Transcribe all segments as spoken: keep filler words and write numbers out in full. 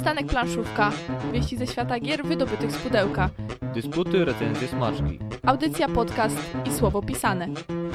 Przystanek Planszówka. Wieści ze świata gier wydobytych z pudełka. Dysputy, recenzje, smaczki. Audycja, podcast i słowo pisane.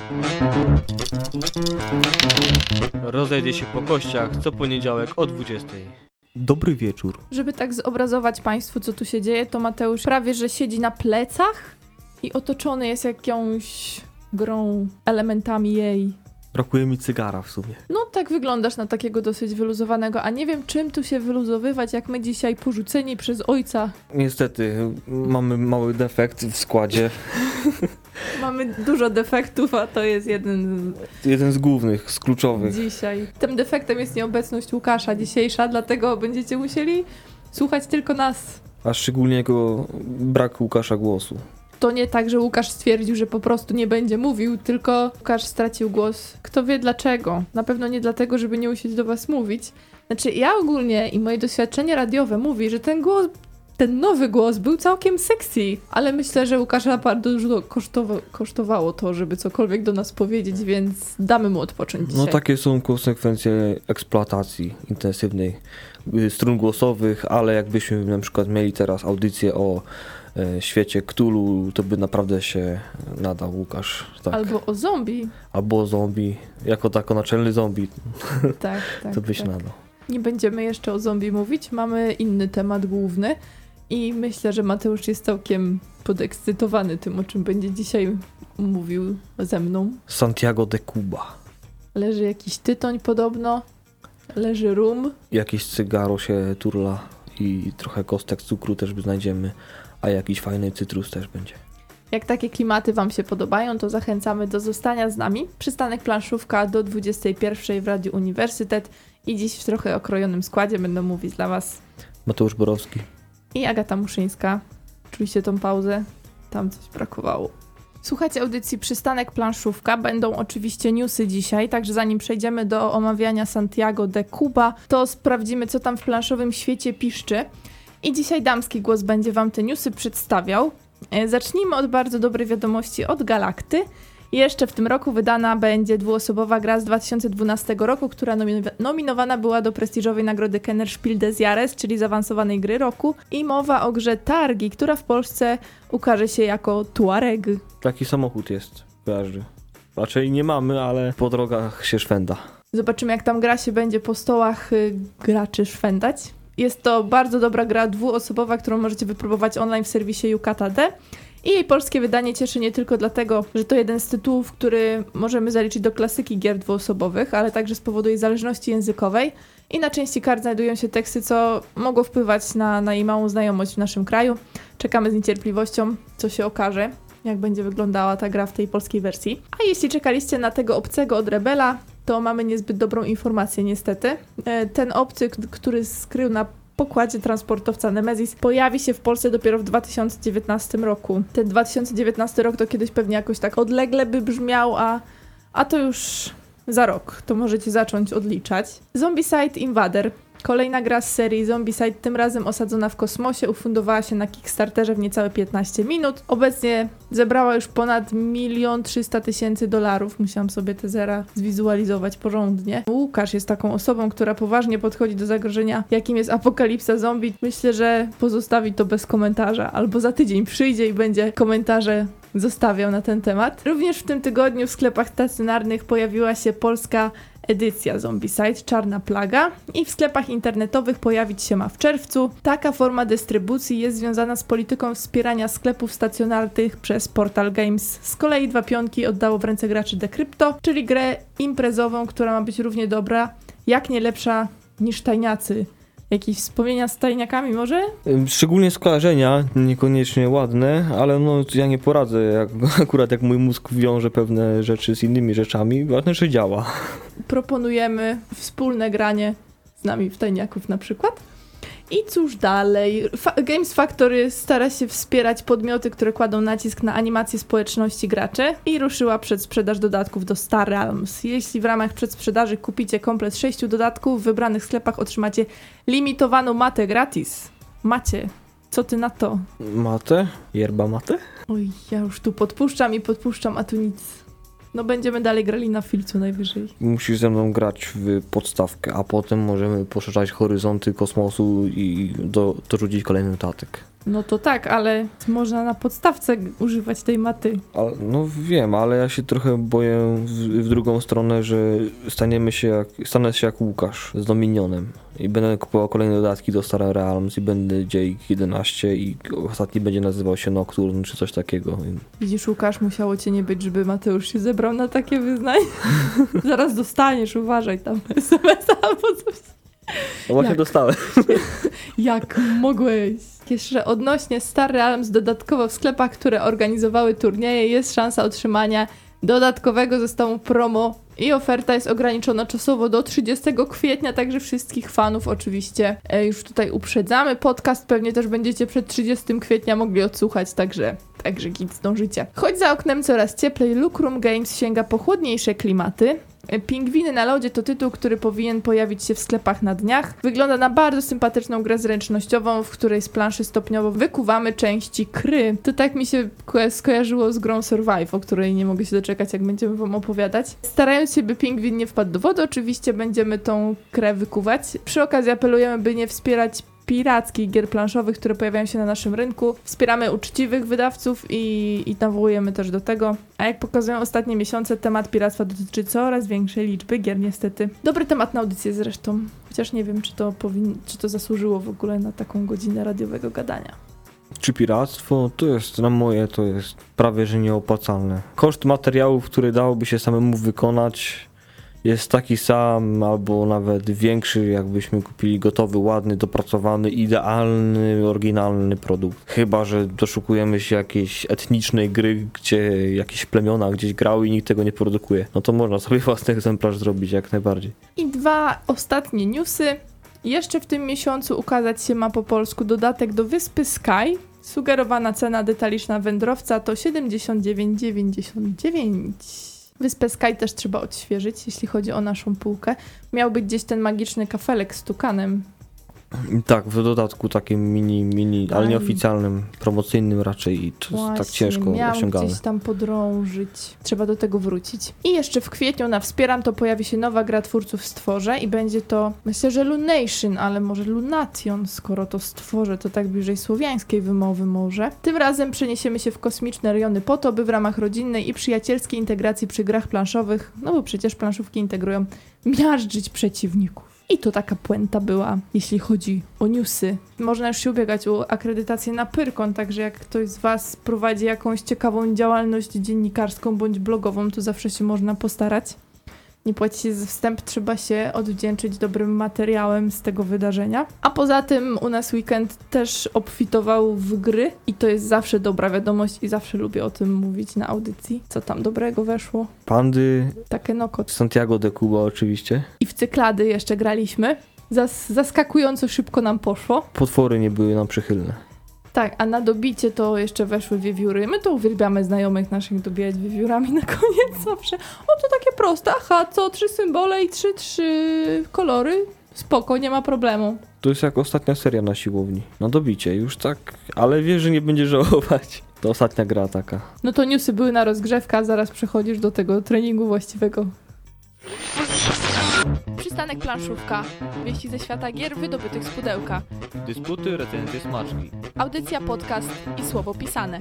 Rozejdzie się po kościach co poniedziałek o dwudziestej. Dobry wieczór. Żeby tak zobrazować Państwu, co tu się dzieje, to Mateusz prawie że siedzi na plecach i otoczony jest jakąś grą, elementami jej. Brakuje mi cygara w sumie. No tak wyglądasz na takiego dosyć wyluzowanego, a nie wiem czym tu się wyluzowywać, jak my dzisiaj porzuceni przez ojca. Niestety, mamy mały defekt w składzie. Mamy dużo defektów, a to jest jeden Jeden z głównych, z kluczowych. dzisiaj. Tym defektem jest nieobecność Łukasza dzisiejsza, dlatego będziecie musieli słuchać tylko nas. A szczególnie jego brak Łukasza głosu. To nie tak, że Łukasz stwierdził, że po prostu nie będzie mówił, tylko Łukasz stracił głos. Kto wie dlaczego? Na pewno nie dlatego, żeby nie usiąść do was mówić. Znaczy ja ogólnie i moje doświadczenie radiowe mówi, że ten głos, ten nowy głos był całkiem sexy, ale myślę, że Łukasza bardzo dużo kosztowa- kosztowało to, żeby cokolwiek do nas powiedzieć, więc damy mu odpocząć dzisiaj. No takie są konsekwencje eksploatacji intensywnej strun głosowych, ale jakbyśmy na przykład mieli teraz audycję o e, świecie Cthulhu, to by naprawdę się nadał Łukasz. Tak. Albo o zombie. Albo o zombie, jako tako naczelny zombie, Tak, tak. to by się tak. nadał. Nie będziemy jeszcze o zombie mówić, mamy inny temat główny i myślę, że Mateusz jest całkiem podekscytowany tym, o czym będzie dzisiaj mówił ze mną. Santiago de Cuba. Leży jakiś tytoń podobno, leży rum. Jakieś cygaro się turla i trochę kostek cukru też znajdziemy, a jakiś fajny cytrus też będzie. Jak takie klimaty wam się podobają, to zachęcamy do zostania z nami. Przystanek Planszówka do dwudziestej pierwszej w Radiu Uniwersytet i dziś w trochę okrojonym składzie będą mówić dla was Mateusz Borowski. i Agata Muszyńska. Czujcie tą pauzę? Tam coś brakowało. Słuchajcie audycji Przystanek Planszówka. Będą oczywiście newsy dzisiaj, także zanim przejdziemy do omawiania Santiago de Cuba, to sprawdzimy, co tam w planszowym świecie piszczy. I dzisiaj damski głos będzie wam te newsy przedstawiał. E, Zacznijmy od bardzo dobrej wiadomości od Galakty. Jeszcze w tym roku wydana będzie dwuosobowa gra z dwa tysiące dwunastego roku, która nomi- nominowana była do prestiżowej nagrody Kennerspiel des Jahres, czyli zaawansowanej gry roku. I mowa o grze Targi, która w Polsce ukaże się jako Tuareg. Taki samochód jest w każdy. Raczej nie mamy, ale po drogach się szwenda. Zobaczymy, jak tam gra się będzie po stołach y, graczy szwendać. Jest to bardzo dobra gra dwuosobowa, którą możecie wypróbować online w serwisie Yucata D. I jej polskie wydanie cieszy nie tylko dlatego, że to jeden z tytułów, który możemy zaliczyć do klasyki gier dwuosobowych, ale także z powodu jej zależności językowej. I na części kart znajdują się teksty, co mogło wpływać na, na jej małą znajomość w naszym kraju. Czekamy z niecierpliwością, co się okaże, jak będzie wyglądała ta gra w tej polskiej wersji. A jeśli czekaliście na tego obcego od Rebela, to mamy niezbyt dobrą informację niestety. Ten obcy, k- który skrył na pokładzie transportowca Nemesis, pojawi się w Polsce dopiero w dwa tysiące dziewiętnastym roku. Ten dwa tysiące dziewiętnasty rok to kiedyś pewnie jakoś tak odlegle by brzmiał, a, a to już za rok. To możecie zacząć odliczać. Zombicide Invader. Kolejna gra z serii Zombicide, tym razem osadzona w kosmosie, ufundowała się na Kickstarterze w niecałe piętnaście minut. Obecnie zebrała już ponad milion trzysta tysięcy dolarów. Musiałam sobie te zera zwizualizować porządnie. Łukasz jest taką osobą, która poważnie podchodzi do zagrożenia, jakim jest apokalipsa zombie. Myślę, że pozostawi to bez komentarza, albo za tydzień przyjdzie i będzie komentarze zostawiał na ten temat. Również w tym tygodniu w sklepach stacjonarnych pojawiła się polska edycja Zombicide, Czarna Plaga, i w sklepach internetowych pojawić się ma w czerwcu. Taka forma dystrybucji jest związana z polityką wspierania sklepów stacjonarnych przez Portal Games. Z kolei Dwa Pionki oddało w ręce graczy Decrypto, czyli grę imprezową, która ma być równie dobra, jak nie lepsza niż Tajniacy. Jakieś wspomnienia z tajniakami może? Szczególnie skojarzenia, niekoniecznie ładne, ale no ja nie poradzę, jak, akurat jak mój mózg wiąże pewne rzeczy z innymi rzeczami, ważne, że działa. Proponujemy wspólne granie z nami w tajniaków na przykład. I cóż dalej? Fa- Games Factory stara się wspierać podmioty, które kładą nacisk na animację społeczności graczy i ruszyła przedsprzedaż dodatków do Star Realms. Jeśli w ramach przedsprzedaży kupicie komplet sześciu dodatków, w wybranych sklepach otrzymacie limitowaną matę gratis. Macie. Co ty na to? Matę? Yerba mate? Oj, ja już tu podpuszczam i podpuszczam, a tu nic. No będziemy dalej grali na filcu najwyżej. Musisz ze mną grać w podstawkę, a potem możemy poszerzać horyzonty kosmosu i do, dorzucić kolejny dodatek. No to tak, ale można na podstawce używać tej maty. A, no wiem, ale ja się trochę boję w, w drugą stronę, że staniemy się jak, stanę się jak Łukasz z Dominionem i będę kupował kolejne dodatki do Star Realms i będzie ich jedenaście i ostatni będzie nazywał się Nocturne czy coś takiego. Widzisz, Łukasz, musiało cię nie być, żeby Mateusz się zebrał na takie wyznanie. Zaraz dostaniesz, uważaj tam es em es albo coś. No właśnie Jak? dostałem. Jak mogłeś? Jeszcze odnośnie Star Realms, dodatkowo w sklepach, które organizowały turnieje, jest szansa otrzymania dodatkowego zestawu promo i oferta jest ograniczona czasowo do trzydziestego kwietnia, także wszystkich fanów oczywiście e, już tutaj uprzedzamy. Podcast pewnie też będziecie przed trzydziestego kwietnia mogli odsłuchać, także, także git zdążycie. Choć za oknem coraz cieplej, Lucrum Games sięga po chłodniejsze klimaty. Pingwiny na lodzie to tytuł, który powinien pojawić się w sklepach na dniach. Wygląda na bardzo sympatyczną grę zręcznościową, w której z planszy stopniowo wykuwamy części kry. To tak mi się ko- skojarzyło z grą Survive, o której nie mogę się doczekać, jak będziemy wam opowiadać. Starając się, by pingwin nie wpadł do wody, oczywiście będziemy tą krę wykuwać. Przy okazji apelujemy, by nie wspierać pirackich gier planszowych, które pojawiają się na naszym rynku. Wspieramy uczciwych wydawców i, i nawołujemy też do tego. A jak pokazują ostatnie miesiące, temat piractwa dotyczy coraz większej liczby gier niestety. Dobry temat na audycję zresztą. Chociaż nie wiem, czy to, powin- czy to zasłużyło w ogóle na taką godzinę radiowego gadania. Czy piractwo? To jest na moje, to jest prawie że nieopłacalne. Koszt materiałów, który dałoby się samemu wykonać, jest taki sam, albo nawet większy, jakbyśmy kupili gotowy, ładny, dopracowany, idealny, oryginalny produkt. Chyba że doszukujemy się jakiejś etnicznej gry, gdzie jakieś plemiona gdzieś grały i nikt tego nie produkuje. No to można sobie własny egzemplarz zrobić jak najbardziej. I dwa ostatnie newsy. Jeszcze w tym miesiącu ukazać się ma po polsku dodatek do Wyspy Sky. Sugerowana cena detaliczna wędrowca to siedemdziesiąt dziewięć dziewięćdziesiąt dziewięć. Wyspę Sky też trzeba odświeżyć, jeśli chodzi o naszą półkę. Miał być gdzieś ten magiczny kafelek z tukanem. Tak, w dodatku takim mini, mini, ale Aj. nieoficjalnym, promocyjnym raczej i to jest tak Właśnie, ciężko miałam osiągalne. gdzieś tam podrążyć. Trzeba do tego wrócić. I jeszcze w kwietniu na Wspieram to pojawi się nowa gra twórców Stworze i będzie to, myślę, że Lunation, ale może Lunation, skoro to Stworze, to tak bliżej słowiańskiej wymowy może. Tym razem przeniesiemy się w kosmiczne rejony po to, by w ramach rodzinnej i przyjacielskiej integracji przy grach planszowych, no bo przecież planszówki integrują, miażdżyć przeciwników. I to taka puenta była, jeśli chodzi o newsy. Można już się ubiegać o akredytację na Pyrkon, także jak ktoś z was prowadzi jakąś ciekawą działalność dziennikarską bądź blogową, to zawsze się można postarać. Nie płaci się za wstęp, trzeba się odwdzięczyć dobrym materiałem z tego wydarzenia. A poza tym u nas weekend też obfitował w gry i to jest zawsze dobra wiadomość i zawsze lubię o tym mówić na audycji. Co tam dobrego weszło? Pandy, Takenoko. Santiago de Cuba oczywiście. I w cyklady jeszcze graliśmy. Zas- zaskakująco szybko nam poszło. Potwory nie były nam przychylne. Tak, a na dobicie to jeszcze weszły wiewióry. My to uwielbiamy znajomych naszych dobijać wiewiórami na koniec zawsze. O, to takie proste. Aha, co? Trzy symbole i trzy, trzy kolory? Spoko, nie ma problemu. To jest jak ostatnia seria na siłowni. Na dobicie, już tak, ale wiesz, że nie będzie żałować. To ostatnia gra taka. No to newsy były na rozgrzewkę, a zaraz przechodzisz do tego treningu właściwego. Przystanek planszówka. Wieści ze świata gier wydobytych z pudełka. Dysputy, recenzje, smaczki. Audycja, podcast i słowo pisane.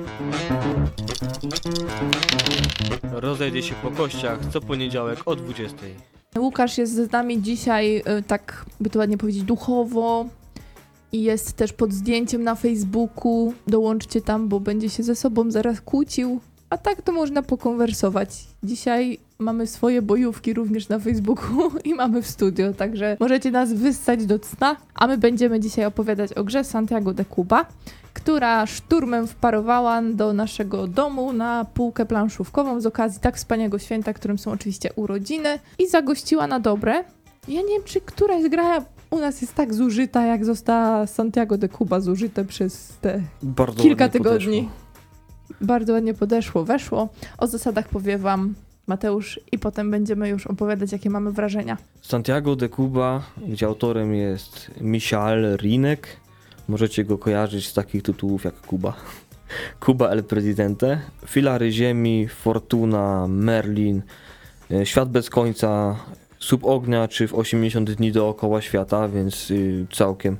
Rozejdzie się po kościach co poniedziałek o dwudziestej. Łukasz jest z nami dzisiaj, y, tak by to ładnie powiedzieć, duchowo i jest też pod zdjęciem na Facebooku. Dołączcie tam, bo będzie się ze sobą zaraz kłócił. A tak to można pokonwersować. Dzisiaj mamy swoje bojówki również na Facebooku i mamy w studio, także możecie nas wyssać do cna. A my będziemy dzisiaj opowiadać o grze Santiago de Cuba, która szturmem wparowała do naszego domu na półkę planszówkową z okazji tak wspaniałego święta, którym są oczywiście urodziny i zagościła na dobre. Ja nie wiem, czy któraś gra u nas jest tak zużyta, jak została Santiago de Cuba zużyte przez te Bardzo kilka ładnie tygodni. podeszło. Bardzo ładnie podeszło, weszło. O zasadach powie wam Mateusz i potem będziemy już opowiadać, jakie mamy wrażenia. Santiago de Cuba, gdzie autorem jest Michal Rinek. Możecie go kojarzyć z takich tytułów jak Kuba. Kuba El Presidente, Filary Ziemi, Fortuna, Merlin, Świat bez końca, Słup ognia czy w osiemdziesiąt dni dookoła świata, więc całkiem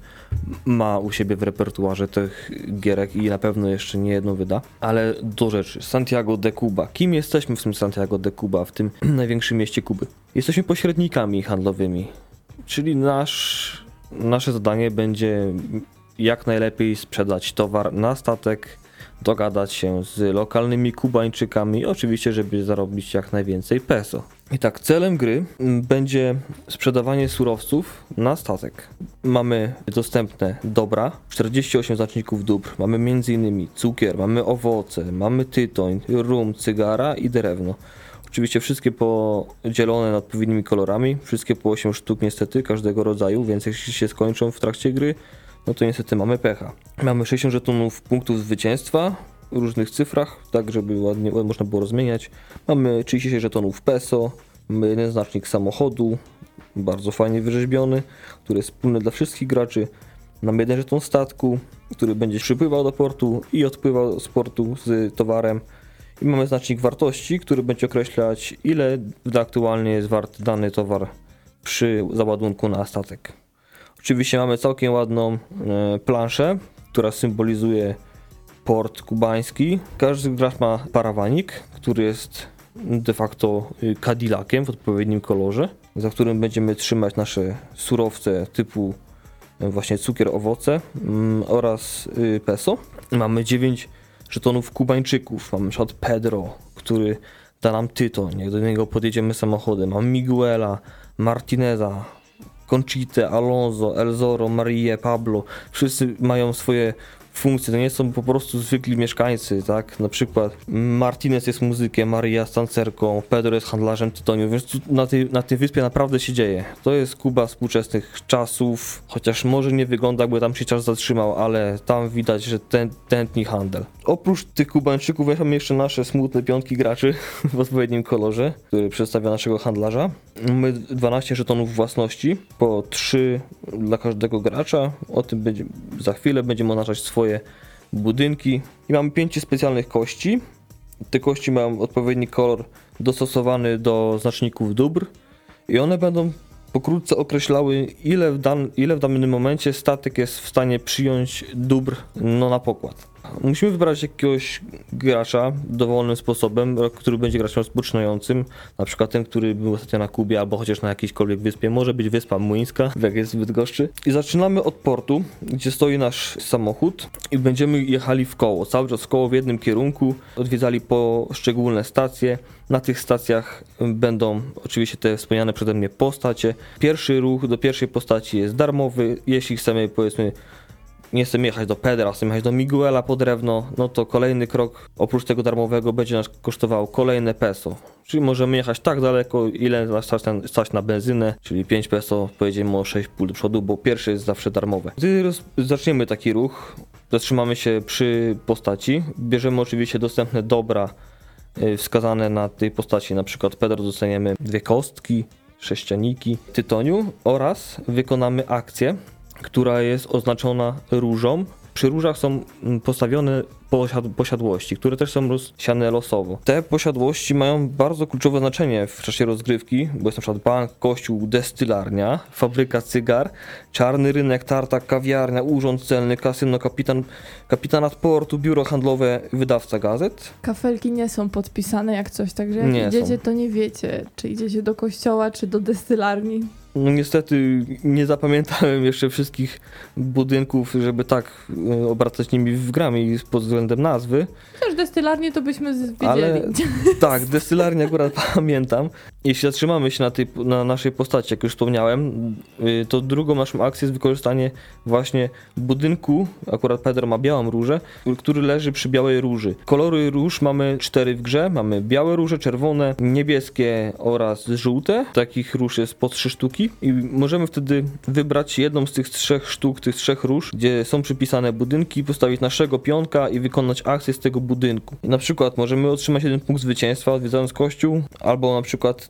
ma u siebie w repertuarze tych gierek i na pewno jeszcze nie jedną wyda. Ale do rzeczy, Santiago de Cuba. Kim jesteśmy w tym Santiago de Cuba, w tym największym mieście Kuby? Jesteśmy pośrednikami handlowymi, czyli nasz, nasze zadanie będzie jak najlepiej sprzedać towar na statek, dogadać się z lokalnymi Kubańczykami, oczywiście, żeby zarobić jak najwięcej peso. I tak, celem gry będzie sprzedawanie surowców na statek. Mamy dostępne dobra, czterdzieści osiem znaczników dóbr, mamy m.in. cukier, mamy owoce, mamy tytoń, rum, cygara i drewno. Oczywiście wszystkie podzielone na odpowiednimi kolorami, wszystkie po osiem sztuk niestety każdego rodzaju, więc jeśli się skończą w trakcie gry, no to niestety mamy pecha. Mamy sześćdziesiąt żetonów punktów zwycięstwa w różnych cyfrach, tak żeby ładnie można było rozmieniać. Mamy trzydzieści sześć żetonów peso, mamy jeden znacznik samochodu, bardzo fajnie wyrzeźbiony, który jest wspólny dla wszystkich graczy. Mamy jeden żeton statku, który będzie przypływał do portu i odpływał z portu z towarem. I mamy znacznik wartości, który będzie określać, ile aktualnie jest wart dany towar przy załadunku na statek. Oczywiście mamy całkiem ładną e, planszę, która symbolizuje port kubański. Każdy gracz ma parawanik, który jest de facto Cadillaciem w odpowiednim kolorze, za którym będziemy trzymać nasze surowce typu właśnie cukier, owoce mm, oraz y, peso. Mamy dziewięć żetonów Kubańczyków. Mamy na przykład Pedro, który da nam tytoń, jak do niego podjedziemy samochodem. Mamy Miguela, Martineza, Conchite, Alonso, El Zorro, Marie, Pablo. Wszyscy mają swoje funkcje, to nie są po prostu zwykli mieszkańcy, tak? Na przykład Martinez jest muzykiem, Maria tancerką, Pedro jest handlarzem tytoniu, więc tu na tej, na tej wyspie naprawdę się dzieje. To jest Kuba współczesnych czasów, chociaż może nie wygląda, jakby tam się czas zatrzymał, ale tam widać, że ten, tętni handel. Oprócz tych Kubańczyków mamy jeszcze nasze smutne piątki graczy w odpowiednim kolorze, który przedstawia naszego handlarza. Mamy dwanaście żetonów własności, po trzy dla każdego gracza. O tym będzie, za chwilę będziemy oznaczać swoje budynki. I mamy pięć specjalnych kości. Te kości mają odpowiedni kolor dostosowany do znaczników dóbr i one będą pokrótce określały, ile w, dan, ile w danym momencie statek jest w stanie przyjąć dóbr no, na pokład. Musimy wybrać jakiegoś gracza dowolnym sposobem, który będzie graczem rozpoczynającym, na przykład ten, który był ostatnio na Kubie albo chociaż na jakiejśkolwiek wyspie, może być wyspa Młyńska, jak jest w Bydgoszczy. I zaczynamy od portu, gdzie stoi nasz samochód i będziemy jechali w koło, cały czas w koło w jednym kierunku, odwiedzali poszczególne stacje. Na tych stacjach będą oczywiście te wspomniane przeze mnie postacie. Pierwszy ruch do pierwszej postaci jest darmowy, jeśli chcemy, powiedzmy, nie chcemy jechać do Pedra, chcemy jechać do Miguela po drewno, no to kolejny krok oprócz tego darmowego będzie nas kosztował kolejne peso. Czyli możemy jechać tak daleko, ile nas stać na, stać na benzynę, czyli pięć peso, pojedziemy o sześć pół do przodu, bo pierwszy jest zawsze darmowe. Gdy roz, zaczniemy taki ruch, zatrzymamy się przy postaci, bierzemy oczywiście dostępne dobra yy, wskazane na tej postaci, na przykład Pedro dostaniemy dwie kostki, sześcianiki tytoniu oraz wykonamy akcję, która jest oznaczona różą. Przy różach są postawione posiad posiadłości, które też są rozsiane losowo. Te posiadłości mają bardzo kluczowe znaczenie w czasie rozgrywki, bo jest na przykład bank, kościół, destylarnia, fabryka cygar, czarny rynek, tartak, kawiarnia, urząd celny, kasyno, kapitan, kapitanat portu, biuro handlowe, wydawca gazet. Kafelki nie są podpisane jak coś, także jak nie idziecie, są. To nie wiecie, czy idziecie do kościoła, czy do destylarni. No niestety nie zapamiętałem jeszcze wszystkich budynków, żeby tak e, obracać nimi w grami pod względem nazwy. Chociaż destylarnię to byśmy wiedzieli. Ale tak, destylarnię akurat pamiętam. Jeśli zatrzymamy się na, tej, na naszej postaci, jak już wspomniałem, y, to drugą naszą akcją jest wykorzystanie właśnie budynku, akurat Pedro ma białą różę, który leży przy białej róży. Kolory róż mamy cztery w grze, mamy białe róże, czerwone, niebieskie oraz żółte. Takich róż jest po trzy sztuki i możemy wtedy wybrać jedną z tych trzech sztuk, tych trzech róż, gdzie są przypisane budynki, postawić naszego pionka i wykonać akcję z tego budynku. Na przykład możemy otrzymać jeden punkt zwycięstwa odwiedzając kościół, albo na przykład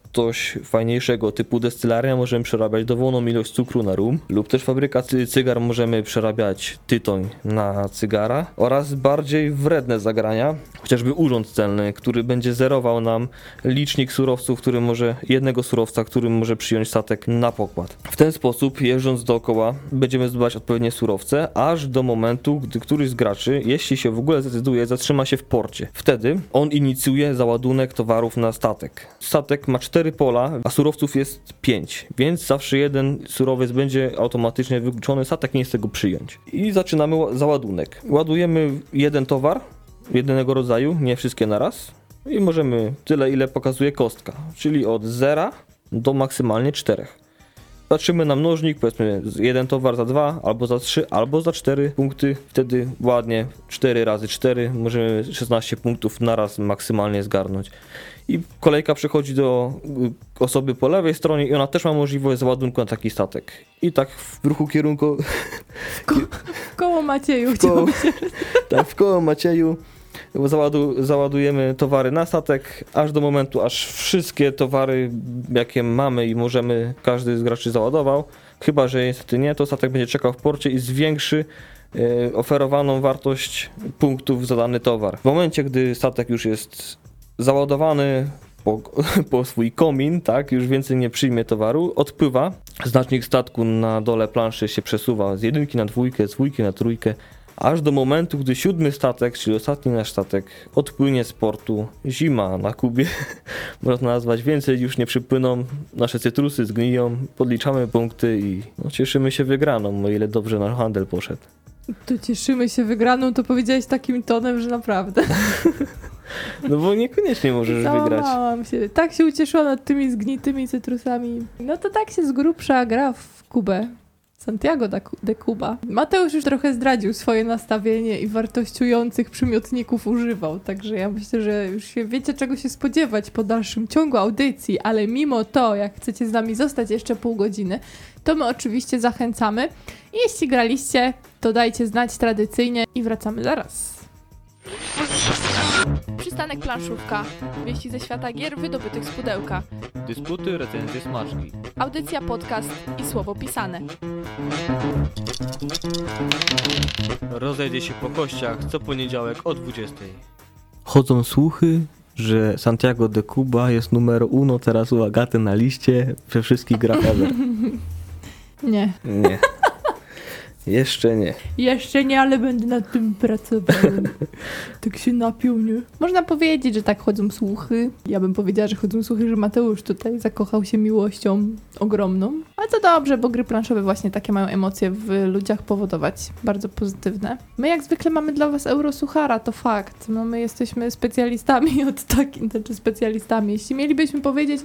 coś fajniejszego typu destylaria możemy przerabiać dowolną ilość cukru na rum, lub też fabryka cy- cygar możemy przerabiać tytoń na cygara, oraz bardziej wredne zagrania, chociażby urząd celny, który będzie zerował nam licznik surowców, który może, jednego surowca, który może przyjąć statek na pokład. W ten sposób, jeżdżąc dookoła, będziemy zdobywać odpowiednie surowce, aż do momentu, gdy któryś z graczy, jeśli się w ogóle zdecyduje, zatrzyma się w porcie. Wtedy on inicjuje załadunek towarów na statek. Statek ma cztery pola, a surowców jest pięć, więc zawsze jeden surowiec będzie automatycznie wykluczony, statek nie jest tego przyjąć. I zaczynamy ła- załadunek. Ładujemy jeden towar, jednego rodzaju, nie wszystkie naraz, i możemy tyle, ile pokazuje kostka, czyli od zera do maksymalnie czterech. Patrzymy na mnożnik, powiedzmy jeden towar za dwa, albo za trzy, albo za cztery punkty. Wtedy ładnie cztery razy cztery, możemy szesnaście punktów naraz maksymalnie zgarnąć. I kolejka przechodzi do osoby po lewej stronie i ona też ma możliwość załadunku na taki statek. I tak w ruchu kierunku... W koło Macieju w koło, chciałbym się... tak, w koło Macieju Załadu, załadujemy towary na statek, aż do momentu, aż wszystkie towary, jakie mamy i możemy, każdy z graczy załadował. Chyba że niestety nie, to statek będzie czekał w porcie i zwiększy e, oferowaną wartość punktów za dany towar. W momencie, gdy statek już jest załadowany po, po swój komin, tak, już więcej nie przyjmie towaru, odpływa. Znacznik statku na dole planszy się przesuwa z jedynki na dwójkę, z dwójki na trójkę, aż do momentu, gdy siódmy statek, czyli ostatni nasz statek, odpłynie z portu. Zima na Kubie, można to nazwać, więcej już nie przypłyną, nasze cytrusy zgniją, podliczamy punkty i no, cieszymy się wygraną, o ile dobrze nasz handel poszedł. To cieszymy się wygraną, to powiedziałeś takim tonem, że naprawdę. No bo niekoniecznie możesz wygrać. Załamałam się. Tak się ucieszyłam nad tymi zgnitymi cytrusami. No to tak się z grubsza gra w Kubę. Santiago de Cuba. Mateusz już trochę zdradził swoje nastawienie i wartościujących przymiotników używał, także ja myślę, że już się wiecie, czego się spodziewać po dalszym ciągu audycji, ale mimo to, jak chcecie z nami zostać jeszcze pół godziny, to my oczywiście zachęcamy. I jeśli graliście, to dajcie znać tradycyjnie i wracamy zaraz. Przystanek planszówka. Wieści ze świata gier wydobytych z pudełka. Dysputy, recenzje, smaczki. Audycja, podcast i słowo pisane. Rozejdzie się po kościach co poniedziałek o dwudziestej. Chodzą słuchy, że Santiago de Cuba jest numer uno teraz u Agaty na liście we wszystkich grach ever. Nie. Nie. Jeszcze nie. Jeszcze nie, ale będę nad tym pracował. Tak się napił, nie? Można powiedzieć, że tak chodzą słuchy. Ja bym powiedziała, że chodzą słuchy, że Mateusz tutaj zakochał się miłością ogromną. Ale to dobrze, bo gry planszowe właśnie takie mają emocje w ludziach powodować. Bardzo pozytywne. My jak zwykle mamy dla was Eurosuchara, to fakt. No my jesteśmy specjalistami od takim, znaczy specjalistami. Jeśli mielibyśmy powiedzieć,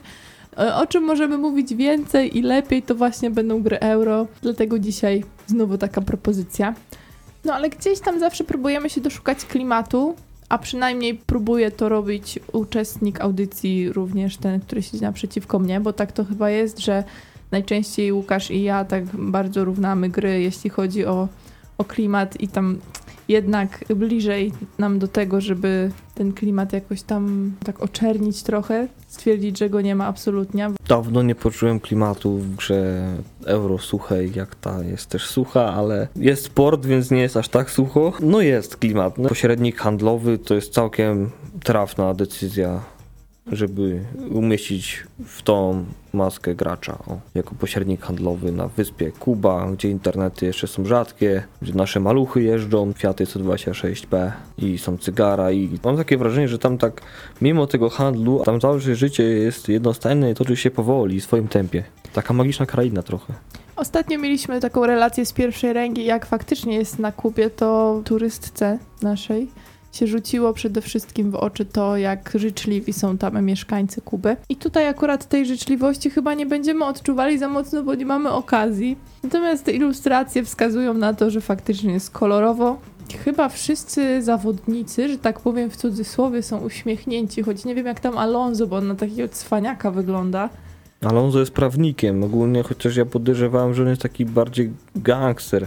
o czym możemy mówić więcej i lepiej, to właśnie będą gry euro. Dlatego dzisiaj znowu taka propozycja. No ale gdzieś tam zawsze próbujemy się doszukać klimatu, a przynajmniej próbuje to robić uczestnik audycji, również ten, który siedzi naprzeciwko mnie, bo tak to chyba jest, że najczęściej Łukasz i ja tak bardzo równamy gry, jeśli chodzi o, o klimat i tam jednak bliżej nam do tego, żeby ten klimat jakoś tam tak oczernić trochę, stwierdzić, że go nie ma absolutnie. Dawno nie poczułem klimatu w grze euro suchej, jak ta jest też sucha, ale jest port, więc nie jest aż tak sucho. No jest klimat. No, pośrednik handlowy to jest całkiem trafna decyzja, żeby umieścić w tą maskę gracza o, jako pośrednik handlowy na wyspie Kuba, gdzie internety jeszcze są rzadkie, gdzie nasze maluchy jeżdżą, Fiaty sto dwadzieścia sześć B i są cygara i mam takie wrażenie, że tam tak mimo tego handlu, tam całe życie jest jednostajne i toczy się powoli, w swoim tempie. Taka magiczna kraina trochę. Ostatnio mieliśmy taką relację z pierwszej ręki, jak faktycznie jest na Kubie, to turystce naszej się rzuciło przede wszystkim w oczy to, jak życzliwi są tam mieszkańcy Kuby. I tutaj akurat tej życzliwości chyba nie będziemy odczuwali za mocno, bo nie mamy okazji. Natomiast te ilustracje wskazują na to, że faktycznie jest kolorowo. Chyba wszyscy zawodnicy, że tak powiem w cudzysłowie, są uśmiechnięci, choć nie wiem jak tam Alonso, bo on na takiego cwaniaka wygląda. Alonso jest prawnikiem ogólnie, chociaż ja podejrzewałem, że on jest taki bardziej gangster.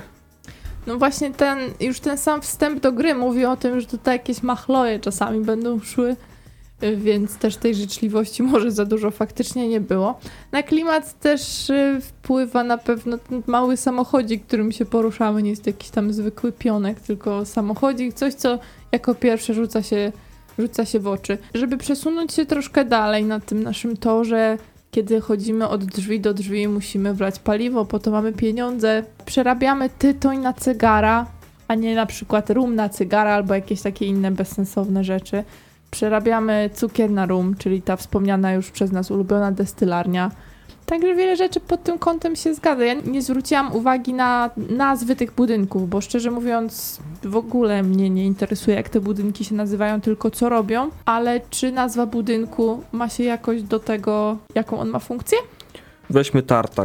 No właśnie ten, już ten sam wstęp do gry mówi o tym, że tutaj jakieś machloje czasami będą szły więc też tej życzliwości może za dużo faktycznie nie było. Na klimat też y, wpływa na pewno ten mały samochodzik, którym się poruszamy. Nie jest to jakiś tam zwykły pionek, tylko samochodzik, coś co jako pierwsze rzuca się, rzuca się w oczy. Żeby przesunąć się troszkę dalej na tym naszym torze, kiedy chodzimy od drzwi do drzwi, musimy wlać paliwo, po to mamy pieniądze. Przerabiamy tytoń na cygara, a nie na przykład rum na cygara albo jakieś takie inne bezsensowne rzeczy. Przerabiamy cukier na rum, czyli ta wspomniana już przez nas ulubiona destylarnia. Także wiele rzeczy pod tym kątem się zgadza. Ja nie zwróciłam uwagi na nazwy tych budynków, bo szczerze mówiąc w ogóle mnie nie interesuje, jak te budynki się nazywają, tylko co robią. Ale czy nazwa budynku ma się jakoś do tego, jaką on ma funkcję? Weźmy tartak.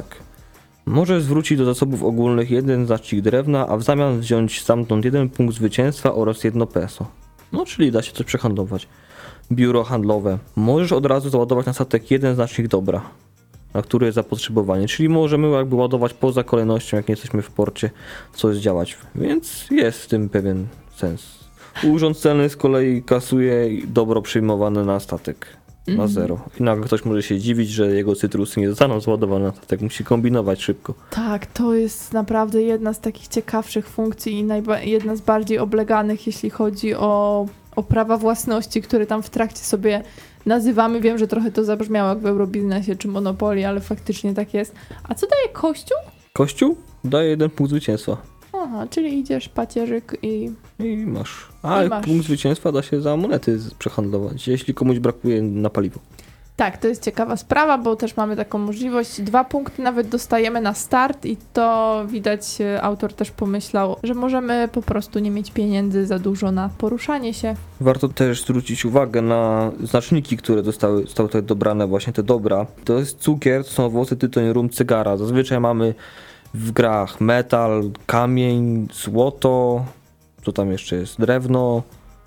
Może zwrócić do zasobów ogólnych jeden znacznik drewna, a w zamian wziąć stamtąd jeden punkt zwycięstwa oraz jedno peso. No, czyli da się coś przehandlować. Biuro handlowe. Możesz od razu załadować na statek jeden znacznik dobra, na który jest zapotrzebowanie. Czyli możemy jakby ładować poza kolejnością, jak nie jesteśmy w porcie, coś działać. Więc jest w tym pewien sens. Urząd celny z kolei kasuje dobro przyjmowane na statek. Na Mhm. zero. I nagle ktoś może się dziwić, że jego cytrusy nie zostaną załadowane na statek. Musi kombinować szybko. Tak, to jest naprawdę jedna z takich ciekawszych funkcji i najba- jedna z bardziej obleganych, jeśli chodzi o, o prawa własności, które tam w trakcie sobie nazywamy. Wiem, że trochę to zabrzmiało jak w Eurobiznesie czy Monopolii, ale faktycznie tak jest. A co daje Kościół? Kościół daje jeden punkt zwycięstwa. Aha, czyli idziesz pacierzyk i... I masz. A I masz. punkt zwycięstwa da się za monety z- przehandlować, jeśli komuś brakuje na paliwo. Tak, to jest ciekawa sprawa, bo też mamy taką możliwość. Dwa punkty nawet dostajemy na start i to widać, e, autor też pomyślał, że możemy po prostu nie mieć pieniędzy za dużo na poruszanie się. Warto też zwrócić uwagę na znaczniki, które zostały, zostały tutaj dobrane, właśnie te dobra. To jest cukier, to są owoce, tytoń, rum, cygara. Zazwyczaj mamy w grach metal, kamień, złoto, co tam jeszcze jest, drewno,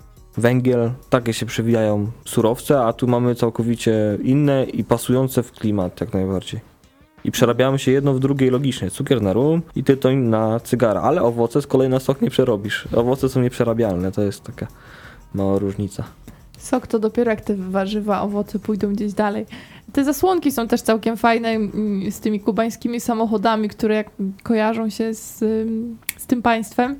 węgiel. Takie się przewijają surowce, a tu mamy całkowicie inne i pasujące w klimat jak najbardziej. I przerabiamy się jedno w drugie logicznie. Cukier na rum i tytoń na cygara, ale owoce z kolei na sok nie przerobisz. Owoce są nieprzerabialne, to jest taka mała różnica. Sok to dopiero jak te warzywa, owoce pójdą gdzieś dalej. Te zasłonki są też całkiem fajne mm, z tymi kubańskimi samochodami, które jak kojarzą się z, ym, z tym państwem,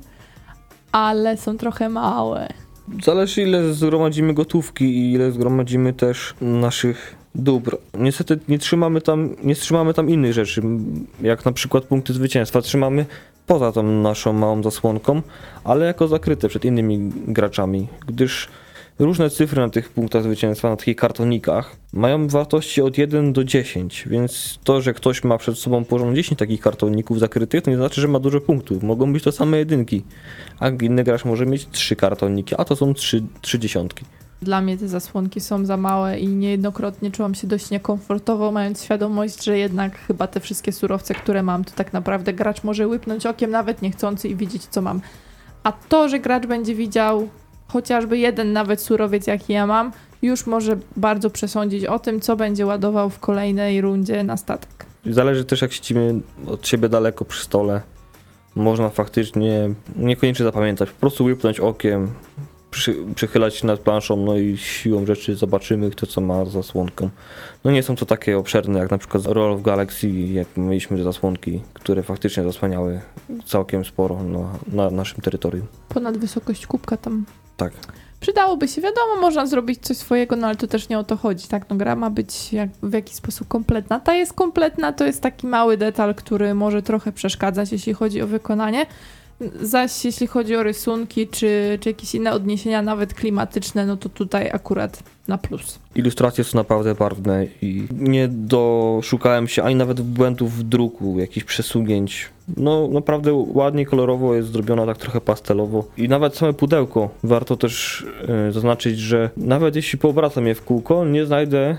ale są trochę małe. Zależy ile zgromadzimy gotówki i ile zgromadzimy też naszych dóbr. Niestety nie trzymamy tam, nie trzymamy tam innych rzeczy, jak na przykład punkty zwycięstwa trzymamy poza tą naszą małą zasłonką, ale jako zakryte przed innymi graczami, gdyż różne cyfry na tych punktach zwycięstwa, na takich kartonikach mają wartości od jeden do dziesięciu, więc to, że ktoś ma przed sobą położono dziesięć takich kartoników zakrytych, to nie znaczy, że ma dużo punktów. Mogą być to same jedynki, a inny gracz może mieć trzy kartoniki, a to są trzy, trzy dziesiątki. Dla mnie te zasłonki są za małe i niejednokrotnie czułam się dość niekomfortowo, mając świadomość, że jednak chyba te wszystkie surowce, które mam, to tak naprawdę gracz może łypnąć okiem nawet niechcący i widzieć, co mam. A to, że gracz będzie widział chociażby jeden nawet surowiec, jaki ja mam, już może bardzo przesądzić o tym, co będzie ładował w kolejnej rundzie na statek. Zależy też, jak siedzimy od siebie daleko przy stole. Można faktycznie niekoniecznie zapamiętać, po prostu łypnąć okiem, przy, przychylać się nad planszą, no i siłą rzeczy zobaczymy, kto co ma za zasłonką. No nie są to takie obszerne, jak na przykład Roll of Galaxy, jak mieliśmy te zasłonki, które faktycznie zasłaniały całkiem sporo na, na naszym terytorium. Ponad wysokość kubka tam. Tak. Przydałoby się, wiadomo, można zrobić coś swojego, no ale to też nie o to chodzi, tak? No gra ma być jak, w jakiś sposób kompletna. Ta jest kompletna, to jest taki mały detal, który może trochę przeszkadzać, jeśli chodzi o wykonanie. Zaś jeśli chodzi o rysunki, czy, czy jakieś inne odniesienia, nawet klimatyczne, no to tutaj akurat na plus. Ilustracje są naprawdę barwne i nie doszukałem się ani nawet błędów w druku, jakichś przesunięć. No naprawdę ładnie, kolorowo jest zrobiona, tak trochę pastelowo. I nawet same pudełko, warto też yy, zaznaczyć, że nawet jeśli poobracam je w kółko, nie znajdę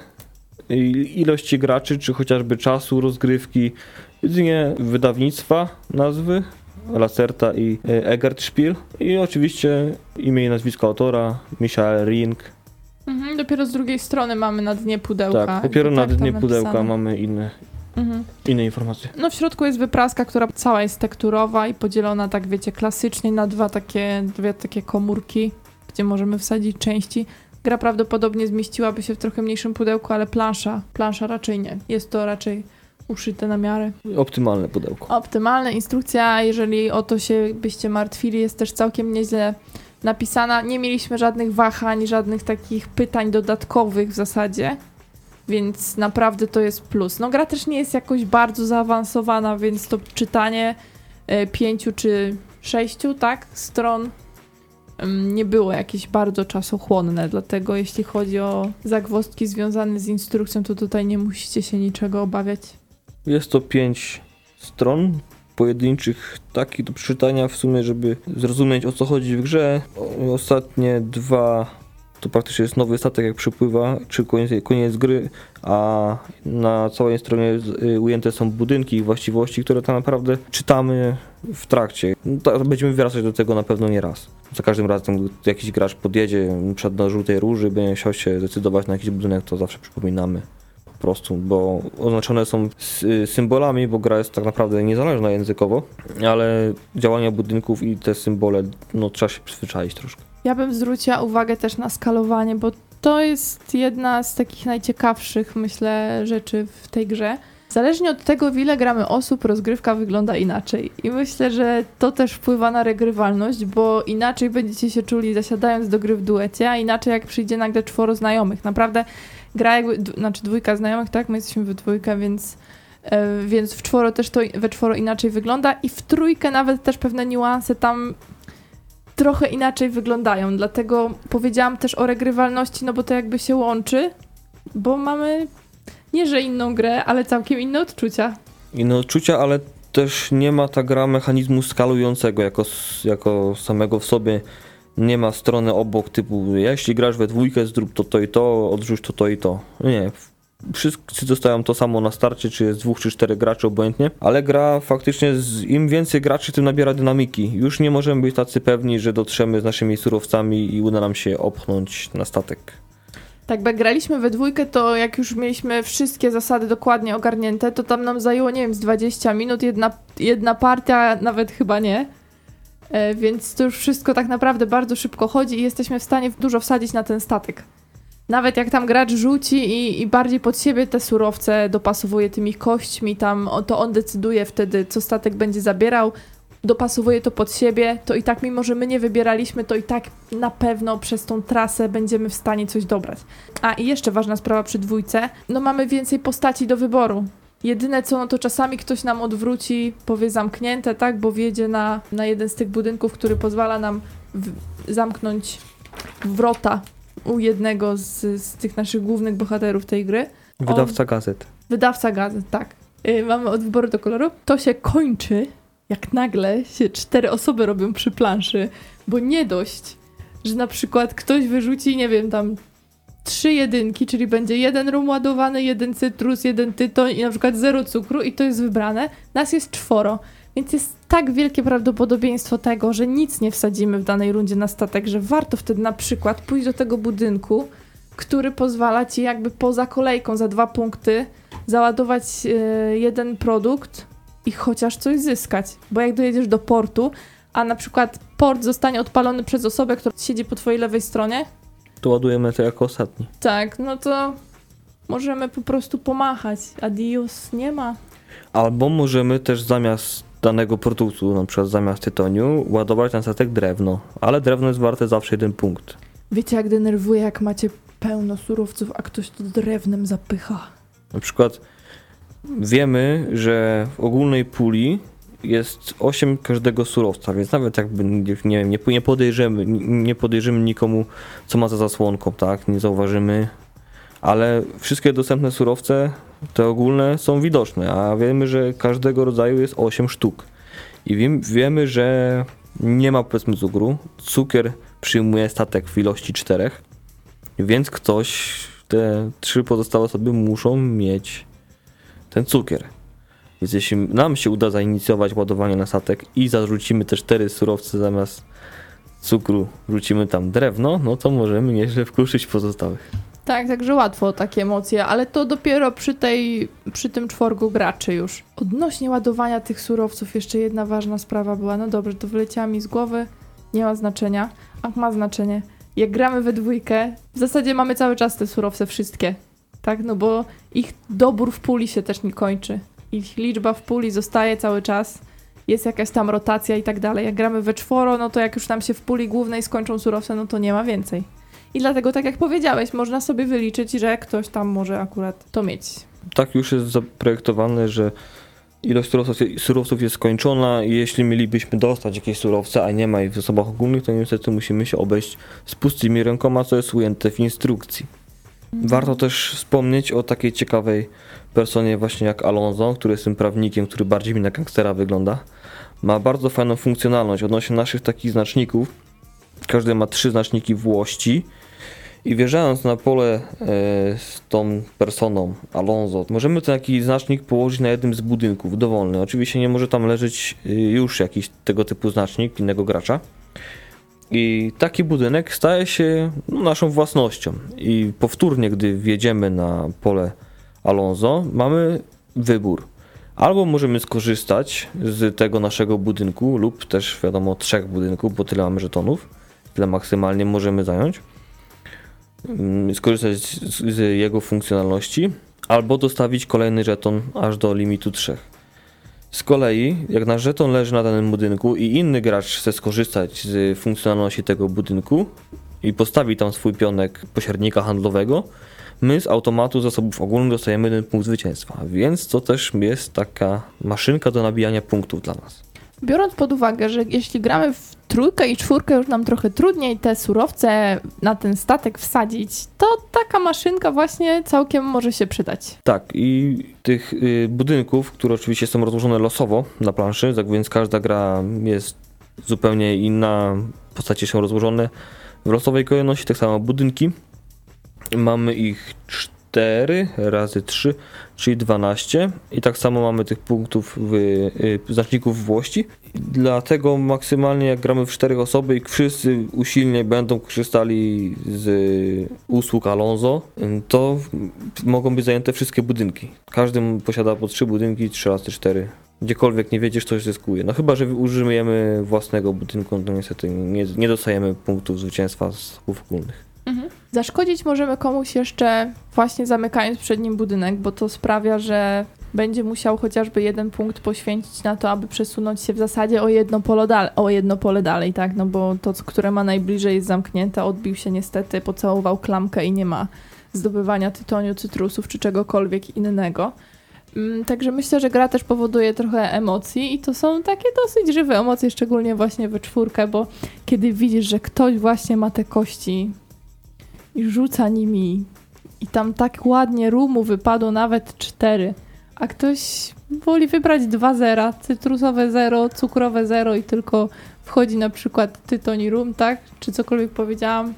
ilości graczy, czy chociażby czasu rozgrywki, jedynie wydawnictwa, nazwy, Lacerta i Eggert Spiel i oczywiście imię i nazwisko autora, Michael Ring. Mhm, dopiero z drugiej strony mamy na dnie pudełka. Tak, dopiero tak na tam dnie pudełka napisane. mamy inne, Mhm. inne informacje. No w środku jest wypraska, która cała jest tekturowa i podzielona, tak wiecie, klasycznie na dwa takie, dwie takie komórki, gdzie możemy wsadzić części. Gra prawdopodobnie zmieściłaby się w trochę mniejszym pudełku, ale plansza, plansza raczej nie. Jest to raczej uszyte na miarę. Optymalne pudełko. Optymalna instrukcja, jeżeli o to się byście martwili, jest też całkiem nieźle napisana. Nie mieliśmy żadnych wahań, żadnych takich pytań dodatkowych w zasadzie, więc naprawdę to jest plus. No gra też nie jest jakoś bardzo zaawansowana, więc to czytanie e, pięciu czy sześciu, tak, stron em, nie było jakieś bardzo czasochłonne, dlatego jeśli chodzi o zagwozdki związane z instrukcją, to tutaj nie musicie się niczego obawiać. Jest to pięć stron pojedynczych, takich do przeczytania w sumie, żeby zrozumieć, o co chodzi w grze. O, ostatnie dwa to praktycznie jest nowy statek, jak przypływa, czy koniec, koniec gry, a na całej stronie y, ujęte są budynki i właściwości, które tak naprawdę czytamy w trakcie. No, to będziemy wracać do tego na pewno nie raz. Za każdym razem, gdy jakiś gracz podjedzie przed do żółtej róży, będzie chciał się zdecydować na jakiś budynek, to zawsze przypominamy. Po prostu, bo oznaczone są symbolami, bo gra jest tak naprawdę niezależna językowo, ale działania budynków i te symbole, no trzeba się przyzwyczaić troszkę. Ja bym zwróciła uwagę też na skalowanie, bo to jest jedna z takich najciekawszych, myślę, rzeczy w tej grze. Zależnie od tego, w ile gramy osób, rozgrywka wygląda inaczej. I myślę, że to też wpływa na regrywalność, bo inaczej będziecie się czuli zasiadając do gry w duecie, a inaczej jak przyjdzie nagle czworo znajomych. Naprawdę gra jakby, d- znaczy dwójka znajomych, tak? My jesteśmy we dwójkę, więc, yy, więc w czworo też to we czworo inaczej wygląda i w trójkę nawet też pewne niuanse tam trochę inaczej wyglądają. Dlatego powiedziałam też o regrywalności, no bo to jakby się łączy, bo mamy nie, że inną grę, ale całkiem inne odczucia. Inne odczucia, ale też nie ma ta gra mechanizmu skalującego jako, jako samego w sobie. Nie ma strony obok typu, jeśli grasz we dwójkę, zrób to to i to, odrzuć to to i to. Nie, wszyscy dostają to samo na starcie, czy jest dwóch czy czterech graczy, obojętnie, ale gra faktycznie, z, im więcej graczy, tym nabiera dynamiki. Już nie możemy być tacy pewni, że dotrzemy z naszymi surowcami i uda nam się opchnąć na statek. Tak, bo jak graliśmy we dwójkę, to jak już mieliśmy wszystkie zasady dokładnie ogarnięte, to tam nam zajęło, nie wiem, z dwadzieścia minut, jedna, jedna partia, nawet chyba nie. E, więc to już wszystko tak naprawdę bardzo szybko chodzi i jesteśmy w stanie dużo wsadzić na ten statek. Nawet jak tam gracz rzuci i, i bardziej pod siebie te surowce dopasowuje tymi kośćmi, tam to on decyduje wtedy, co statek będzie zabierał, dopasowuje to pod siebie, to i tak mimo, że my nie wybieraliśmy, to i tak na pewno przez tą trasę będziemy w stanie coś dobrać. A i jeszcze ważna sprawa przy dwójce, no mamy więcej postaci do wyboru. Jedyne co, no to czasami ktoś nam odwróci, powie zamknięte, tak, bo wjedzie na, na jeden z tych budynków, który pozwala nam w, zamknąć wrota u jednego z, z tych naszych głównych bohaterów tej gry. Wydawca On, gazet. Wydawca gazet, tak. Yy, mamy od wyboru do koloru. To się kończy, jak nagle się cztery osoby robią przy planszy, bo nie dość, że na przykład ktoś wyrzuci, nie wiem, tam trzy jedynki, czyli będzie jeden rum ładowany, jeden cytrus, jeden tytoń i na przykład zero cukru i to jest wybrane. Nas jest czworo, więc jest tak wielkie prawdopodobieństwo tego, że nic nie wsadzimy w danej rundzie na statek, że warto wtedy na przykład pójść do tego budynku, który pozwala ci jakby poza kolejką za dwa punkty załadować yy, jeden produkt i chociaż coś zyskać. Bo jak dojedziesz do portu, a na przykład port zostanie odpalony przez osobę, która siedzi po twojej lewej stronie, to ładujemy to jako ostatni. tak, no to możemy po prostu pomachać. Adios nie ma. Albo możemy też zamiast danego produktu, na przykład zamiast tytoniu, ładować na statek drewno. Ale drewno jest warte zawsze jeden punkt. Wiecie, jak denerwuje, jak macie pełno surowców, a ktoś to drewnem zapycha. Na przykład wiemy, że w ogólnej puli jest osiem każdego surowca, więc nawet jakby nie wiem, nie podejrzymy, nie podejrzymy nikomu, co ma za zasłonką, tak, nie zauważymy, ale wszystkie dostępne surowce, te ogólne, są widoczne, a wiemy, że każdego rodzaju jest osiem sztuk. I wiem, wiemy, że nie ma powiedzmy cukru, cukier przyjmuje statek w ilości czterech, więc ktoś, te trzy pozostałe osoby muszą mieć ten cukier. Więc jeśli nam się uda zainicjować ładowanie na statek i zarzucimy te cztery surowce zamiast cukru, wrzucimy tam drewno, no to możemy nieźle wkruszyć pozostałych. Tak, także łatwo o takie emocje, ale to dopiero przy tej, przy tym czworgu graczy już. Odnośnie ładowania tych surowców jeszcze jedna ważna sprawa była. No dobrze, to wyleciała mi z głowy, nie ma znaczenia. Ach, ma znaczenie. jak gramy we dwójkę, w zasadzie mamy cały czas te surowce wszystkie, tak? No bo ich dobór w puli się też nie kończy. Ich liczba w puli zostaje cały czas, jest jakaś tam rotacja i tak dalej. Jak gramy we czworo, no to jak już nam się w puli głównej skończą surowce, no to nie ma więcej. I dlatego, tak jak powiedziałeś, można sobie wyliczyć, że ktoś tam może akurat to mieć. Tak już jest zaprojektowane, że ilość surowców, surowców jest skończona i jeśli mielibyśmy dostać jakieś surowce, a nie ma ich w zasobach ogólnych, to niestety musimy się obejść z pustymi rękoma, co jest ujęte w instrukcji. Mhm. Warto też wspomnieć o takiej ciekawej personie właśnie jak Alonso, który jest tym prawnikiem, który bardziej mi na gangstera wygląda. Ma bardzo fajną funkcjonalność odnośnie naszych takich znaczników. Każdy ma trzy znaczniki włości. I wjeżdżając na pole e, z tą personą Alonso, możemy ten jakiś znacznik położyć na jednym z budynków, dowolny. Oczywiście nie może tam leżeć już jakiś tego typu znacznik innego gracza. I taki budynek staje się no, naszą własnością. I powtórnie, gdy wjedziemy na pole Alonso, mamy wybór. Albo możemy skorzystać z tego naszego budynku, lub też wiadomo trzech budynków, bo tyle mamy żetonów, tyle maksymalnie możemy zająć. Skorzystać z, z jego funkcjonalności, albo dostawić kolejny żeton aż do limitu trzech. Z kolei, jak nasz żeton leży na danym budynku i inny gracz chce skorzystać z funkcjonalności tego budynku i postawi tam swój pionek pośrednika handlowego, my z automatu zasobów ogólnych dostajemy jeden punkt zwycięstwa, więc to też jest taka maszynka do nabijania punktów dla nas. Biorąc pod uwagę, że jeśli gramy w trójkę i czwórkę, już nam trochę trudniej te surowce na ten statek wsadzić, to taka maszynka właśnie całkiem może się przydać. Tak, i tych y, budynków, które oczywiście są rozłożone losowo na planszy, tak więc każda gra jest zupełnie inna, postacie są rozłożone w losowej kolejności, tak samo budynki. Mamy ich cztery razy trzy, czyli dwanaście i tak samo mamy tych punktów w, y, znaczników włości. Dlatego maksymalnie jak gramy w cztery osoby i wszyscy usilnie będą korzystali z usług Alonso, to mogą być zajęte wszystkie budynki. Każdy posiada po trzy budynki, trzy razy cztery. Gdziekolwiek nie wiedziesz, coś zyskuje. No chyba, że użyjemy własnego budynku, to niestety nie, nie dostajemy punktów zwycięstwa z zasobów ogólnych. Mhm. Zaszkodzić możemy komuś jeszcze właśnie zamykając przed nim budynek, bo to sprawia, że będzie musiał chociażby jeden punkt poświęcić na to, aby przesunąć się w zasadzie o jedno pole dalej, o jedno pole dalej, tak? No bo to, które ma najbliżej jest zamknięte, odbił się niestety, pocałował klamkę i nie ma zdobywania tytoniu, cytrusów czy czegokolwiek innego. Także myślę, że gra też powoduje trochę emocji i to są takie dosyć żywe emocje, szczególnie właśnie we czwórkę, bo kiedy widzisz, że ktoś właśnie ma te kości i rzuca nimi i tam tak ładnie rumu wypadło nawet cztery, a ktoś woli wybrać dwa zera, cytrusowe zero, cukrowe zero i tylko wchodzi na przykład tytoni rum, tak? Czy cokolwiek powiedziałam.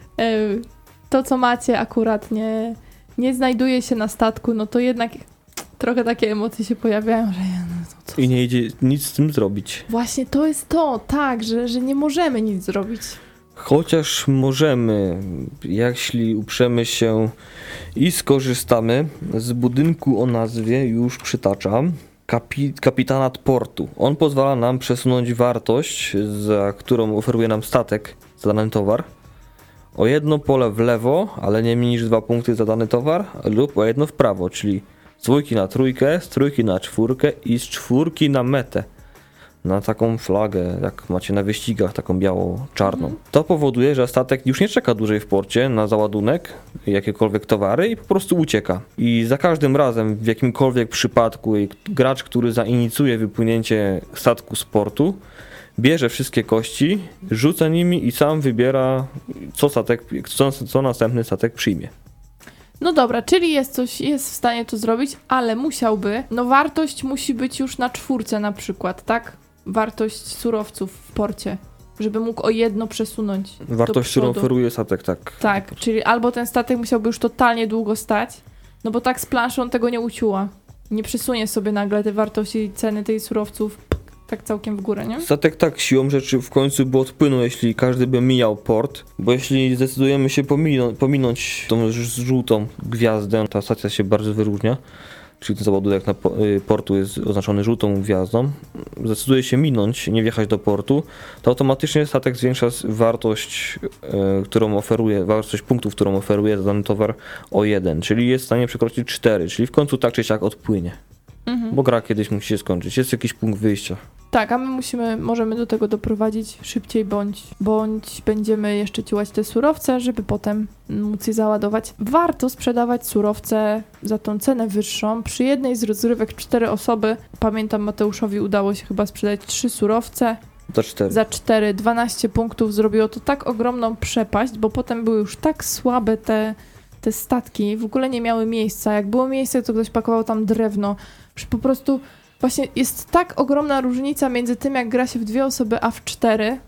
To, co macie akurat nie, nie znajduje się na statku, no to jednak trochę takie emocje się pojawiają, że no to co? I nie idzie nic z tym zrobić. Właśnie to jest to, tak, że, że nie możemy nic zrobić. Chociaż możemy, jeśli uprzemy się i skorzystamy z budynku o nazwie, już przytaczam, kapi- kapitanat portu. On pozwala nam przesunąć wartość, za którą oferuje nam statek za dany towar, o jedno pole w lewo, ale nie mniej niż dwa punkty za dany towar, lub o jedno w prawo, czyli z dwójki na trójkę, z trójki na czwórkę i z czwórki na metę. Na taką flagę, jak macie na wyścigach, taką biało-czarną. Mm. To powoduje, że statek już nie czeka dłużej w porcie na załadunek, jakiekolwiek towary i po prostu ucieka. I za każdym razem, w jakimkolwiek przypadku, gracz, który zainicjuje wypłynięcie statku z portu, bierze wszystkie kości, rzuca nimi i sam wybiera, co, statek, co, co następny statek przyjmie. No dobra, czyli jest coś, jest w stanie to zrobić, ale musiałby, no wartość musi być już na czwórce na przykład, tak? Wartość surowców w porcie, żeby mógł o jedno przesunąć. Wartość, którą oferuje statek, tak. Tak, czyli albo ten statek musiałby już totalnie długo stać, no bo tak z planszą on tego nie uciuła. Nie przesunie sobie nagle te wartości ceny tych surowców tak całkiem w górę, nie? Statek tak siłą rzeczy w końcu by odpłynął, jeśli każdy by mijał port, bo jeśli zdecydujemy się pominąć, pominąć tą żółtą gwiazdę, ta stacja się bardzo wyróżnia, czyli ten załadunek na po, y, portu jest oznaczony żółtą gwiazdą, zdecyduje się minąć, nie wjechać do portu, to automatycznie statek zwiększa wartość, y, którą oferuje, wartość punktów, którą oferuje za dany towar o jeden, czyli jest w stanie przekroczyć cztery, czyli w końcu tak czy siak odpłynie. Mhm. Bo gra kiedyś musi się skończyć, jest jakiś punkt wyjścia. Tak, a my musimy, możemy do tego doprowadzić szybciej, bądź, bądź będziemy jeszcze ciułać te surowce, żeby potem móc je załadować. Warto sprzedawać surowce za tą cenę wyższą. Przy jednej z rozgrywek cztery osoby, pamiętam Mateuszowi udało się chyba sprzedać trzy surowce. Za cztery. Za cztery, dwanaście punktów zrobiło to tak ogromną przepaść, bo potem były już tak słabe te, te statki, w ogóle nie miały miejsca. Jak było miejsce, to ktoś pakował tam drewno. Już po prostu właśnie jest tak ogromna różnica między tym, jak gra się w dwie osoby, a w cztery.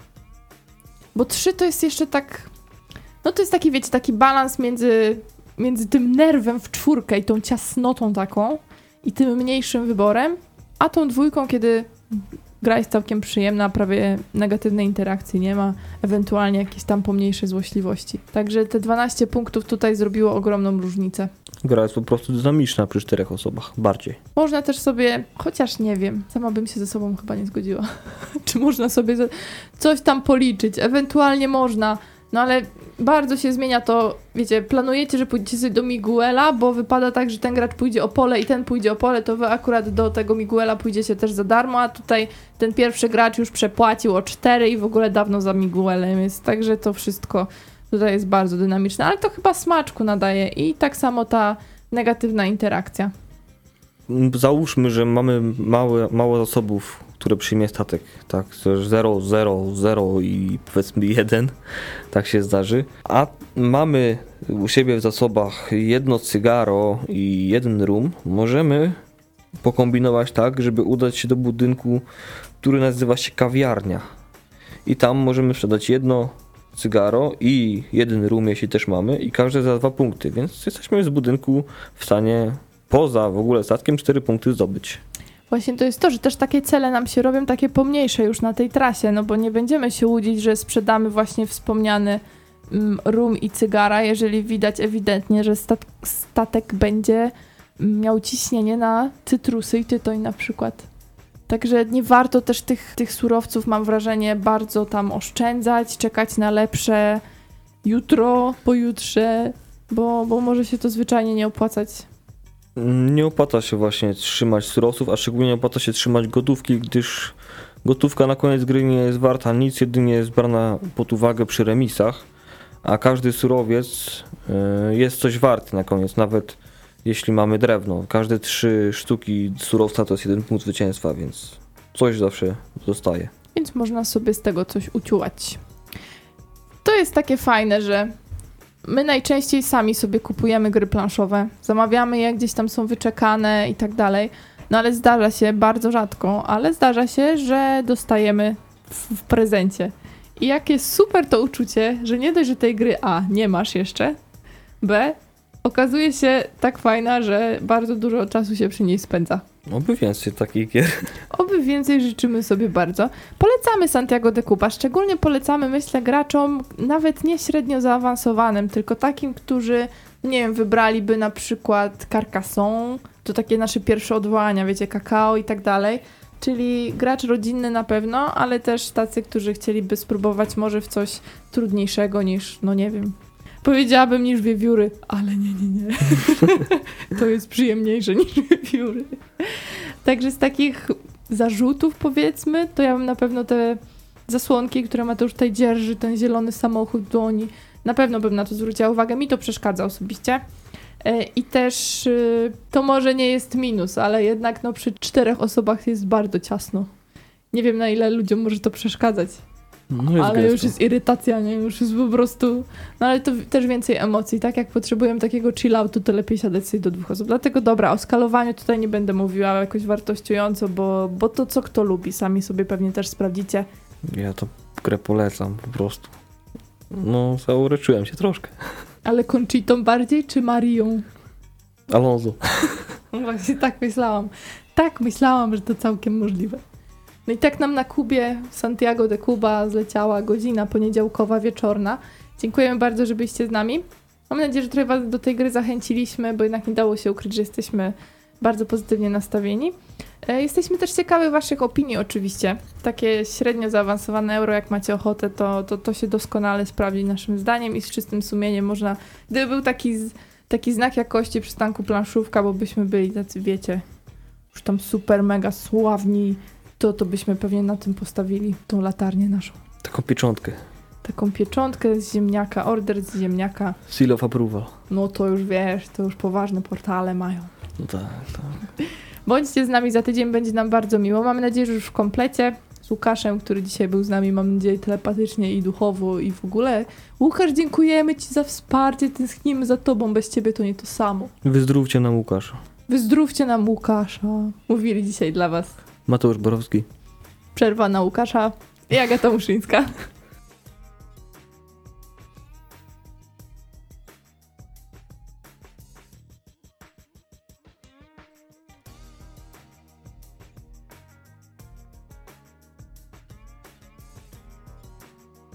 Bo trzy to jest jeszcze tak... No to jest taki, wiecie, taki balans między, między tym nerwem w czwórkę i tą ciasnotą taką i tym mniejszym wyborem, a tą dwójką, kiedy gra jest całkiem przyjemna, prawie negatywnej interakcji nie ma, ewentualnie jakieś tam pomniejsze złośliwości. Także te dwanaście punktów tutaj zrobiło ogromną różnicę. Gra jest po prostu dynamiczna przy czterech osobach, bardziej. Można też sobie, chociaż nie wiem, sama bym się ze sobą chyba nie zgodziła, czy można sobie coś tam policzyć, ewentualnie można, no ale bardzo się zmienia to, wiecie, planujecie, że pójdziecie sobie do Miguela, bo wypada tak, że ten gracz pójdzie o pole i ten pójdzie o pole, to wy akurat do tego Miguela pójdziecie też za darmo, a tutaj ten pierwszy gracz już przepłacił o cztery i w ogóle dawno za Miguelem jest, także to wszystko tutaj jest bardzo dynamiczne, ale to chyba smaczku nadaje i tak samo ta negatywna interakcja. Załóżmy, że mamy małe, mało zasobów, które przyjmie statek, tak, zero, zero, zero i powiedzmy jeden, tak się zdarzy, a mamy u siebie w zasobach jedno cygaro i jeden rum, możemy pokombinować tak, żeby udać się do budynku, który nazywa się kawiarnia i tam możemy sprzedać jedno cygaro i jeden rum, jeśli też mamy, i każde za dwa punkty, więc jesteśmy z budynku w stanie poza w ogóle statkiem cztery punkty zdobyć. Właśnie to jest to, że też takie cele nam się robią takie pomniejsze już na tej trasie, no bo nie będziemy się łudzić, że sprzedamy właśnie wspomniany mm, rum i cygara, jeżeli widać ewidentnie, że stat- statek będzie miał ciśnienie na cytrusy i tytoń na przykład. Także nie warto też tych, tych surowców, mam wrażenie, bardzo tam oszczędzać, czekać na lepsze jutro, pojutrze, bo, bo może się to zwyczajnie nie opłacać. Nie opłaca się właśnie trzymać surowców, a szczególnie nie opłaca się trzymać gotówki, gdyż gotówka na koniec gry nie jest warta nic, jedynie jest brana pod uwagę przy remisach, a każdy surowiec jest coś wart na koniec, nawet jeśli mamy drewno. Każde trzy sztuki surowca to jest jeden punkt zwycięstwa, więc coś zawsze zostaje. Więc można sobie z tego coś uciułać. To jest takie fajne, że my najczęściej sami sobie kupujemy gry planszowe, zamawiamy je, gdzieś tam są wyczekane i tak dalej, no ale zdarza się, bardzo rzadko, ale zdarza się, że dostajemy w, w prezencie. I jak jest super to uczucie, że nie dość, że tej gry A nie masz jeszcze, B okazuje się tak fajna, że bardzo dużo czasu się przy niej spędza. Oby więcej takich gier. Oby więcej, życzymy sobie bardzo. Polecamy Santiago de Cuba, szczególnie polecamy, myślę, graczom nawet nie średnio zaawansowanym, tylko takim, którzy, nie wiem, wybraliby na przykład Carcassonne, to takie nasze pierwsze odwołania, wiecie, kakao i tak dalej, czyli gracz rodzinny na pewno, ale też tacy, którzy chcieliby spróbować może w coś trudniejszego niż, no nie wiem, powiedziałabym niż wiewióry, ale nie, nie, nie. To jest przyjemniejsze niż wiewióry. Także z takich zarzutów, powiedzmy, to ja bym na pewno te zasłonki, które Mateusz tutaj dzierży, ten zielony samochód w dłoni, na pewno bym na to zwróciła uwagę. Mi to przeszkadza osobiście. I też to może nie jest minus, ale jednak no, przy czterech osobach jest bardzo ciasno. Nie wiem, na ile ludziom może to przeszkadzać. No ale gesto. Już jest irytacja, nie? Już jest po prostu... No ale to też więcej emocji, tak? Jak potrzebujemy takiego chill-outu, to lepiej siadać sobie do dwóch osób. Dlatego dobra, o skalowaniu tutaj nie będę mówiła jakoś wartościująco, bo, bo to co kto lubi, sami sobie pewnie też sprawdzicie. Ja to grę polecam po prostu. No, zauroczyłem się troszkę. Ale Conchitą bardziej, czy Marią? Alonso. No właśnie tak myślałam. Tak myślałam, że to całkiem możliwe. No i tak nam na Kubie Santiago de Cuba zleciała godzina poniedziałkowa wieczorna. Dziękujemy bardzo, że byliście z nami. Mam nadzieję, że trochę was do tej gry zachęciliśmy, bo jednak nie dało się ukryć, że jesteśmy bardzo pozytywnie nastawieni. E, Jesteśmy też ciekawi waszych opinii oczywiście. Takie średnio zaawansowane euro, jak macie ochotę, to, to, to się doskonale sprawdzi naszym zdaniem i z czystym sumieniem można, gdyby był taki, z- taki znak jakości przystanku planszówka, bo byśmy byli tacy, wiecie, już tam super, mega sławni, to, to byśmy pewnie na tym postawili tą latarnię naszą. Taką pieczątkę. Taką pieczątkę z ziemniaka, order z ziemniaka. Seal of approval. No to już wiesz, to już poważne portale mają. No tak, tak. Bądźcie z nami za tydzień, będzie nam bardzo miło. Mamy nadzieję, że już w komplecie z Łukaszem, który dzisiaj był z nami, mam nadzieję, telepatycznie i duchowo i w ogóle. Łukasz, dziękujemy ci za wsparcie, tęsknimy za tobą, bez ciebie to nie to samo. Wyzdrówcie nam Łukasza. Wyzdrówcie nam Łukasza. Mówili dzisiaj dla was Mateusz Borowski. Przerwa na Łukasza i Agata Muszyńska.